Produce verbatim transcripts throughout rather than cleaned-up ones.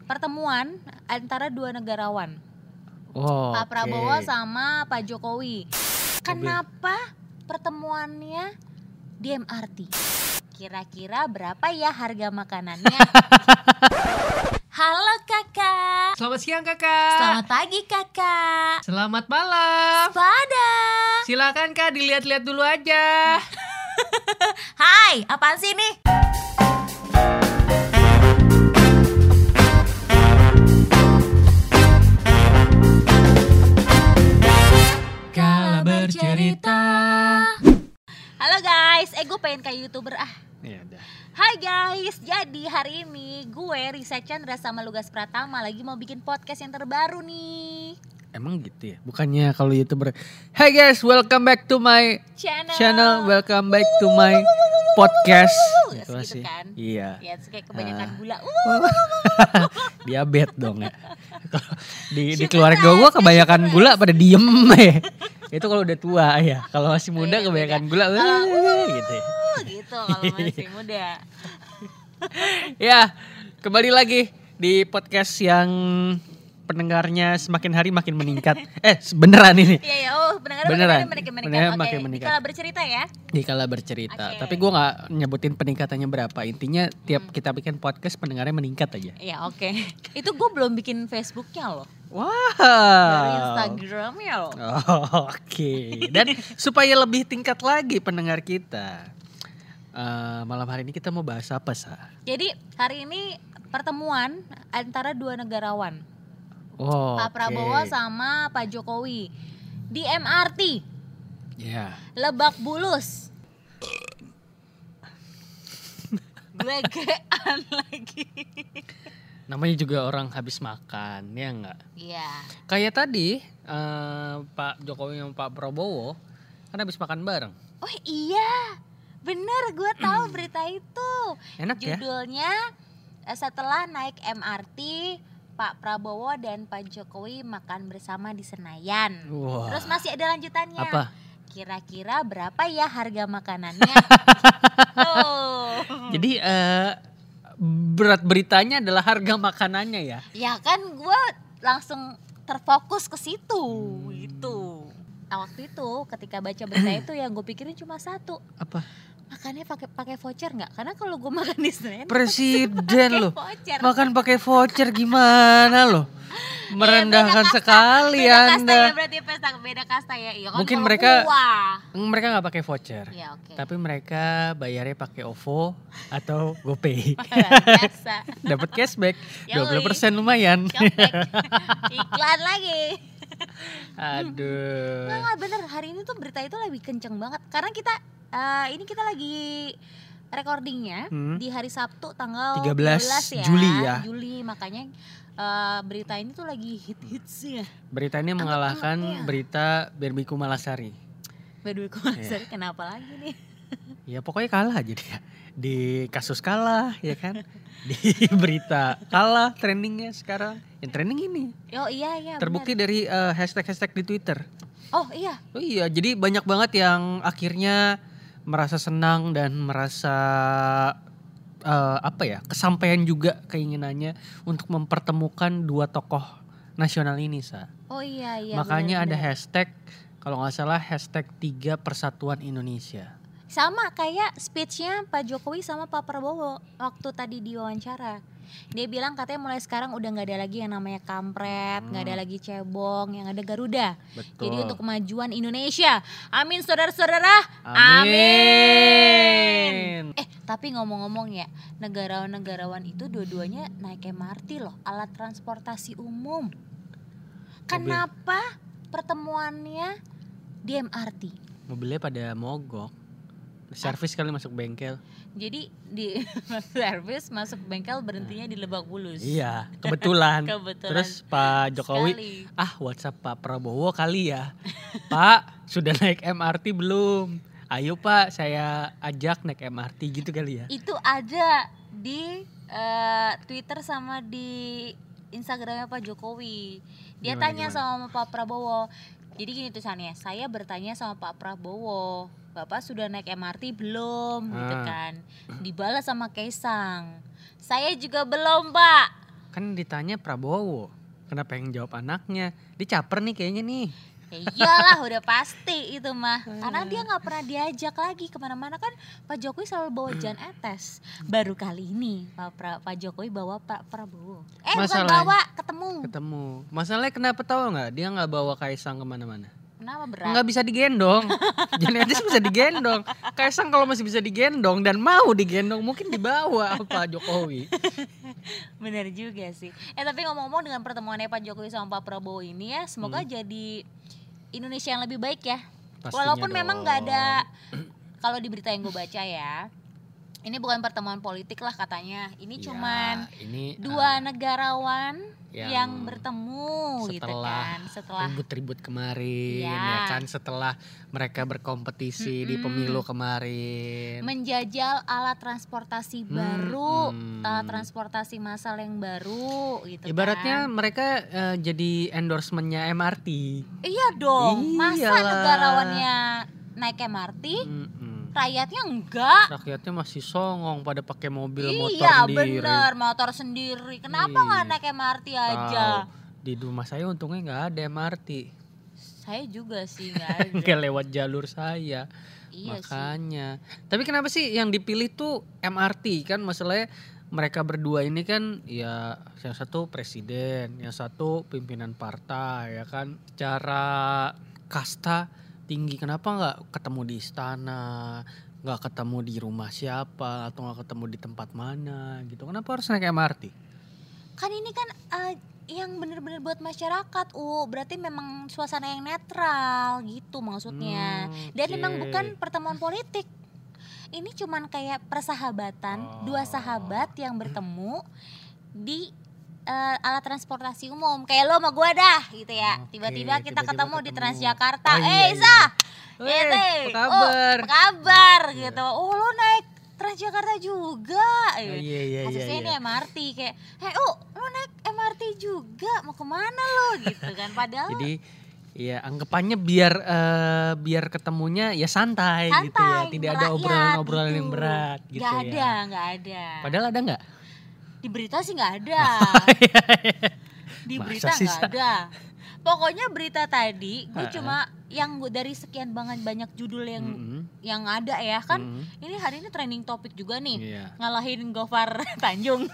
pertemuan antara dua negarawan, Oh, Pak Prabowo oke. sama Pak Jokowi. Kenapa pertemuannya di M R T? Kira-kira berapa ya harga makanannya? Halo kakak. Selamat siang kakak. Selamat pagi kakak. Selamat malam. Pada. Silakan kak dilihat-lihat dulu aja. Hai, apaan sih nih? Kala bercerita. Halo guys, eh gue pengen kayak YouTuber ah. Ya udah. Hai guys, jadi hari ini gue Risa Chandra sama Lugas Pratama lagi mau bikin podcast yang terbaru nih. Emang gitu ya? Bukannya kalau YouTuber, hey guys, welcome back to my Channel. channel, welcome back to my podcast. Ya, Gitu segitu sih. kan? Iya. Ya, terus kayak kebanyakan Ah. gula. Uh, Diabetes dong ya. Kalau di, di Sugar keluarga rush, gue kebanyakan sugar gula pada diem ya. Itu kalau udah tua ya. Kalau masih muda iya, kebanyakan beda. gula Kalau, uh, gitu ya. uh, gitu kalau masih muda. Ya, kembali lagi di podcast yang pendengarnya semakin hari makin meningkat. Eh, beneran ini. Iya ya, oh pendengar Beneran. makin meningkat, Beneran meningkat. makin Oke, meningkat. Dikala bercerita ya. Dikala bercerita. Oke. Tapi gue nggak nyebutin peningkatannya berapa. Intinya tiap kita bikin podcast pendengarnya meningkat aja. Iya oke. Itu gue belum bikin Facebooknya loh. Wow. Dari Instagramnya loh. Oh, Oke. Dan supaya lebih tingkat lagi pendengar kita, eh, malam hari ini kita mau bahas apa, Sa? Jadi hari ini pertemuan antara dua negarawan, Oh, Pak Prabowo oke. sama Pak Jokowi di M R T Ya. Lebak Bulus. Blegean lagi. Namanya juga orang habis makan, ya enggak? Iya. Kayak tadi eh, Pak Jokowi sama Pak Prabowo kan habis makan bareng. Oh iya, bener gue tahu berita itu. Enak ya? Judulnya eh, setelah naik M R T, Pak Prabowo dan Pak Jokowi makan bersama di Senayan. Wah. Terus masih ada lanjutannya. Apa? Kira-kira berapa ya harga makanannya? Tuh. Jadi eh, berat beritanya adalah harga makanannya ya. Ya kan gue langsung terfokus ke situ Hmm. gitu. Nah, waktu itu ketika baca berita itu yang gue pikirin cuma satu. Apa? Makannya pakai pakai voucher nggak? Karena kalau gue makan di Senayan Presiden loh. voucher. Makan pakai voucher gimana loh? Merendahkan Beda kasta, sekali beda kasta Anda. ya, berarti pesta beda kasta ya. Iya kan, Mungkin kalau mereka- gua. Mereka nggak pakai voucher. Ya oke. Tapi mereka bayarnya pakai OVO atau GoPay. Biasa. Dapat cashback Yoi. dua puluh persen lumayan. Shopback. Iklan lagi. Aduh. Nggak, nggak, bener hari ini tuh berita itu lebih kenceng banget. Karena kita eh, ini kita lagi recordingnya Hmm. di hari Sabtu tanggal tiga belas ya. Juli ya. Juli makanya eh, berita ini tuh lagi hit-hitsnya. Berita ini mengalahkan Anget-angetnya. berita Berbiku Malasari. Waduh, Komasari kenapa lagi nih? Ya pokoknya kalah aja dia. Di kasus kalah ya kan. Di berita kalah trendingnya sekarang. Yang trending ini. Oh iya iya. Terbukti bener. dari eh, hashtag-hashtag di Twitter. Oh iya. Oh iya, jadi banyak banget yang akhirnya merasa senang dan merasa eh, apa ya, kesampaian juga keinginannya untuk mempertemukan dua tokoh nasional ini, Sa. Oh iya iya. Makanya ada bener-bener. hashtag, kalau nggak salah hashtag tiga Persatuan Indonesia. Sama kayak speechnya Pak Jokowi sama Pak Prabowo waktu tadi di wawancara. Dia bilang katanya mulai sekarang udah nggak ada lagi yang namanya kampret, nggak ada Hmm. lagi cebong, yang ada Garuda. Betul. Jadi untuk kemajuan Indonesia. Amin saudara-saudara. Amin. Eh tapi ngomong-ngomong ya, negarawan-negarawan itu dua-duanya naik M R T loh, alat transportasi umum. Kenapa pertemuannya di M R T? Mobilnya pada mogok. Servis kali masuk bengkel. Jadi di servis masuk bengkel berhentinya di Lebak Bulus. Iya, kebetulan. Kebetulan Terus Pak Jokowi, sekali. ah WhatsApp Pak Prabowo kali ya. Pak, sudah naik M R T belum? Ayo Pak, saya ajak naik M R T gitu kali ya. Itu ada di eh, Twitter sama di Instagramnya Pak Jokowi. Dia Gimana, tanya gimana? sama Pak Prabowo. Jadi gini tulisannya, saya bertanya sama Pak Prabowo, Bapak sudah naik M R T belum? Gitu Ah. kan. Dibalas sama Kaisang, saya juga belum Pak. Kan ditanya Prabowo. Kenapa yang jawab anaknya? Dia caper nih kayaknya nih. Ya iyalah udah pasti itu mah. Karena dia gak pernah diajak lagi kemana-mana kan. Pak Jokowi selalu bawa Jan Etes. Baru kali ini Pak, pra, Pak Jokowi bawa Pak Prabowo. Eh bukan bawa, ketemu. Ketemu. Masalahnya kenapa tahu nggak? Dia nggak bawa Kaisang kemana-mana. Kenapa berat? Nggak bisa digendong. Jan Etes bisa digendong. Kaisang kalau masih bisa digendong dan mau digendong mungkin dibawa Pak Jokowi. Bener juga sih. Eh tapi ngomong-ngomong dengan pertemuannya Pak Jokowi sama Pak Prabowo ini ya, semoga hmm. jadi Indonesia yang lebih baik ya. Pastinya walaupun dong. Memang nggak ada, kalau di berita yang gue baca ya, ini bukan pertemuan politik lah katanya. Ini ya, cuman ini, dua uh, negarawan yang, yang bertemu gitu kan. Setelah ribut-ribut kemarin ya. ya kan. Setelah mereka berkompetisi mm-hmm. di pemilu kemarin. Menjajal alat transportasi hmm, baru, hmm. alat transportasi massal yang baru gitu. Ibaratnya kan. mereka uh, jadi endorsementnya M R T. Iya dong. Iyalah. Masa negarawannya naik M R T? Mm-mm. Rakyatnya enggak. Rakyatnya masih songong pada pakai mobil iya, motor sendiri. Iya bener, motor sendiri. Kenapa nggak naik M R T aja? Tau. Di rumah saya untungnya nggak ada M R T. Saya juga sih nggak ada. Kayak lewat jalur saya. Iya makanya. Sih. Tapi kenapa sih yang dipilih tuh M R T kan? Masalahnya mereka berdua ini kan ya yang satu presiden, yang satu pimpinan partai ya kan. Secara kasta tinggi, kenapa nggak ketemu di istana, nggak ketemu di rumah siapa, atau nggak ketemu di tempat mana gitu? Kenapa harus naik M R T? Kan ini kan uh, yang benar-benar buat masyarakat, uh berarti memang suasana yang netral gitu maksudnya. Hmm, dan okay. memang bukan pertemuan politik. Ini cuman kayak persahabatan, oh. dua sahabat yang bertemu di Uh, alat transportasi umum kayak lo sama gue dah gitu ya. Oke, tiba-tiba kita tiba-tiba ketemu, ketemu di Transjakarta. Oh, iya, eh Isa, iya. Gitu. Apa kabar? Oh, apa kabar iya. gitu. Oh lo naik Transjakarta juga. Oh, iya, iya, kasusnya iya, ini iya. M R T kayak, hey oh lo naik M R T juga, mau kemana lo gitu kan? Padahal jadi ya anggapannya biar uh, biar ketemunya ya santai, santai gitu ya, tidak ada obrolan-obrolan gitu. yang berat gitu gak ya. Gak ada, gak ada. Padahal ada nggak? Di berita sih nggak ada. Di berita nggak ada. Pokoknya berita tadi gue cuma yang gue dari sekian banget banyak judul yang mm-hmm. yang ada ya kan. Mm-hmm. Ini hari ini trending topik juga nih. Yeah. Ngalahin Gofar Tanjung.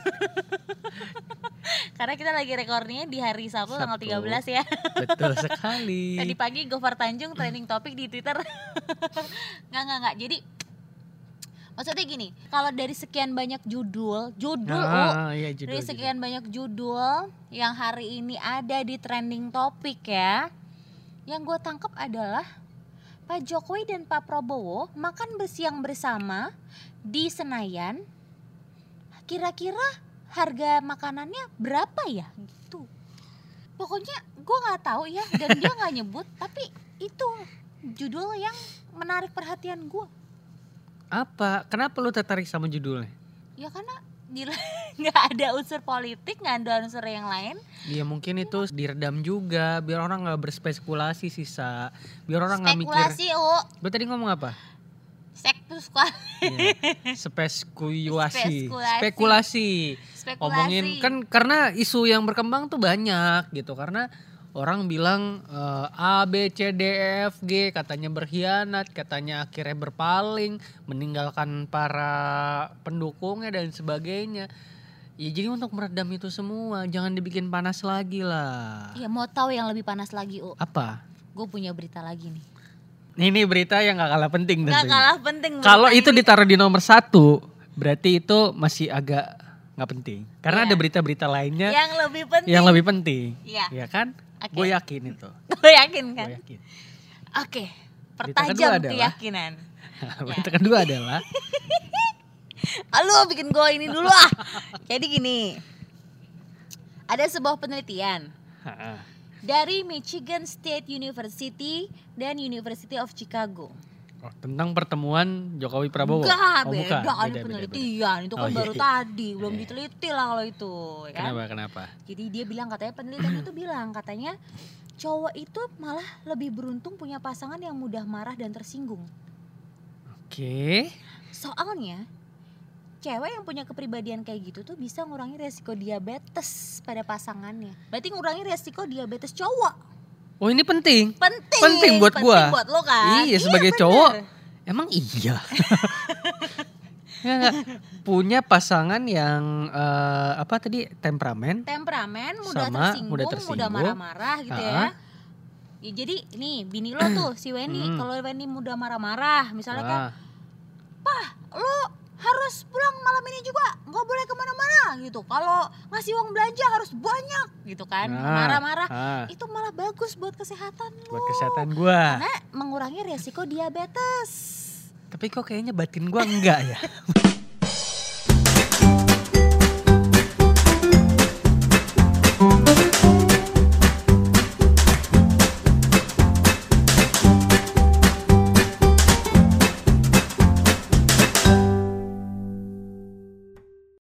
Karena kita lagi recordnya di hari Sabtu, Sabtu. tanggal tiga belas ya. Betul sekali. Tadi pagi Gofar Tanjung trending topik di Twitter. Nggak nggak nggak. Jadi maksudnya gini, kalau dari sekian banyak judul, judul ah, oh, iya, judul, dari sekian judul. banyak judul yang hari ini ada di trending topik ya, yang gue tangkap adalah Pak Jokowi dan Pak Prabowo makan bersiang bersama di Senayan. Kira-kira harga makanannya berapa ya? Gitu. Pokoknya gue nggak tahu ya, dan dia nggak nyebut, tapi itu judul yang menarik perhatian gue. Apa? Kenapa lu tertarik sama judulnya? Ya karena nggak ada unsur politik, nggak ada unsur yang lain. Ya mungkin itu diredam juga biar orang nggak berspekulasi sih Sa. Biar orang nggak mikir. Spekulasi, oh. Lu tadi ngomong apa? Spekulasi. Ya, spekulasi. Spekulasi. Spekulasi. Spekulasi. Ngomongin kan karena isu yang berkembang tuh banyak gitu, karena orang bilang uh, A, B, C, D, E, F, G katanya berkhianat, katanya akhirnya berpaling, meninggalkan para pendukungnya dan sebagainya. Ya jadi untuk meredam itu semua, jangan dibikin panas lagi lah. Ya mau tahu yang lebih panas lagi, U? Apa? Gue punya berita lagi nih. Ini berita yang gak kalah penting tentunya. Gak kalah penting. Kalau itu ditaruh di nomor satu, berarti itu masih agak gak penting. Karena ya. Ada berita-berita lainnya yang lebih penting. Yang lebih penting, ya, ya kan? Okay. Gue yakin itu. Gue yakin kan? Gue yakin. Oke, okay. Pertajam keyakinan. Berita kedua adalah Halo, bikin gue ini dulu ah. Jadi gini, ada sebuah penelitian dari Michigan State University dan University of Chicago. Oh, tentang pertemuan Jokowi Prabowo. Enggak, oh, beda, bukan. ada penelitian. Itu kan oh, baru iya. tadi, belum iya. diteliti lah kalau itu. Kan? Kenapa, kenapa? Jadi dia bilang, katanya penelitian itu bilang, katanya cowok itu malah lebih beruntung punya pasangan yang mudah marah dan tersinggung. Oke. Okay. Soalnya cewek yang punya kepribadian kayak gitu tuh bisa ngurangi resiko diabetes pada pasangannya. Berarti ngurangi resiko diabetes cowok. Oh ini penting. Penting. Penting buat penting gua. buat lo kan. Iya sebagai bener. cowok. Emang iya. Enggak, punya pasangan yang uh, apa tadi temperamen. Temperamen, mudah sama tersinggung, mudah mudah tersinggung. marah-marah gitu Ah. ya. Ya jadi nih bini lo tuh si Wendy, Hmm. kalau Wendy mudah marah-marah, misalnya kan, Ah, "Pah, lo harus pulang malam ini juga, nggak boleh kemana-mana gitu. Kalau ngasih uang belanja harus banyak gitu kan, Nah, marah-marah. ah. Itu malah bagus buat kesehatan lo. buat kesehatan gua. Karena mengurangi resiko diabetes. Tapi kok kayaknya batin gua enggak ya.